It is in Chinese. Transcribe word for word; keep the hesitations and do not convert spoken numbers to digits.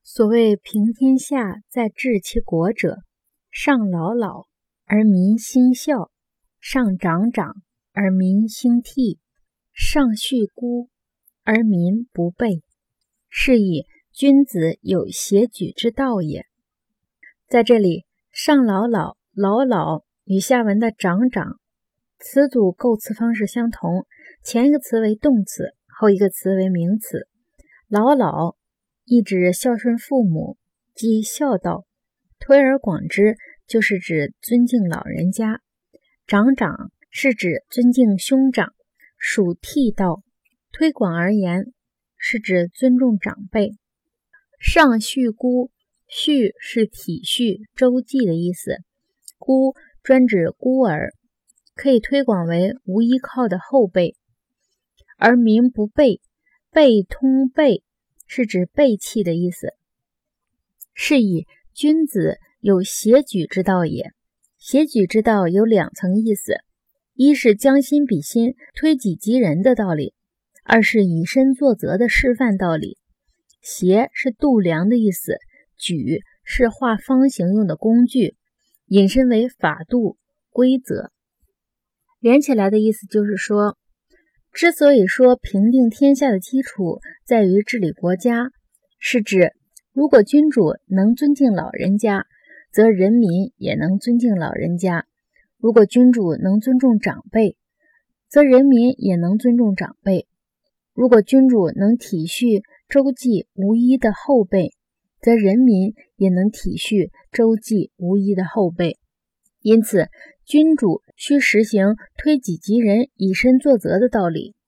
所谓平天下在治其国者，上老老而民兴孝，上长长而民兴悌，上恤孤而民不备，是以君子有协举之道也。在这里，上老老、老老与下文的长长词组构词方式相同，前一个词为动词，后一个词为名词。老老意指孝顺父母，即孝道，推而广之就是指尊敬老人家。长长是指尊敬兄长，属悌道，推广而言是指尊重长辈。上恤孤，恤是体恤周济的意思，孤专指孤儿，可以推广为无依靠的后辈。而民不备，备通备是指背弃的意思，是以君子有协举之道也。协举之道有两层意思，一是将心比心、推己及人的道理，二是以身作则的示范道理。协是度量的意思，举是画方形用的工具，引申为法度、规则。连起来的意思就是说，之所以说平定天下的基础在于治理国家，是指如果君主能尊敬老人家，则人民也能尊敬老人家；如果君主能尊重长辈，则人民也能尊重长辈；如果君主能体恤周济无依的后辈，则人民也能体恤周济无依的后辈。因此，君主需实行推己及人、以身作则的道理。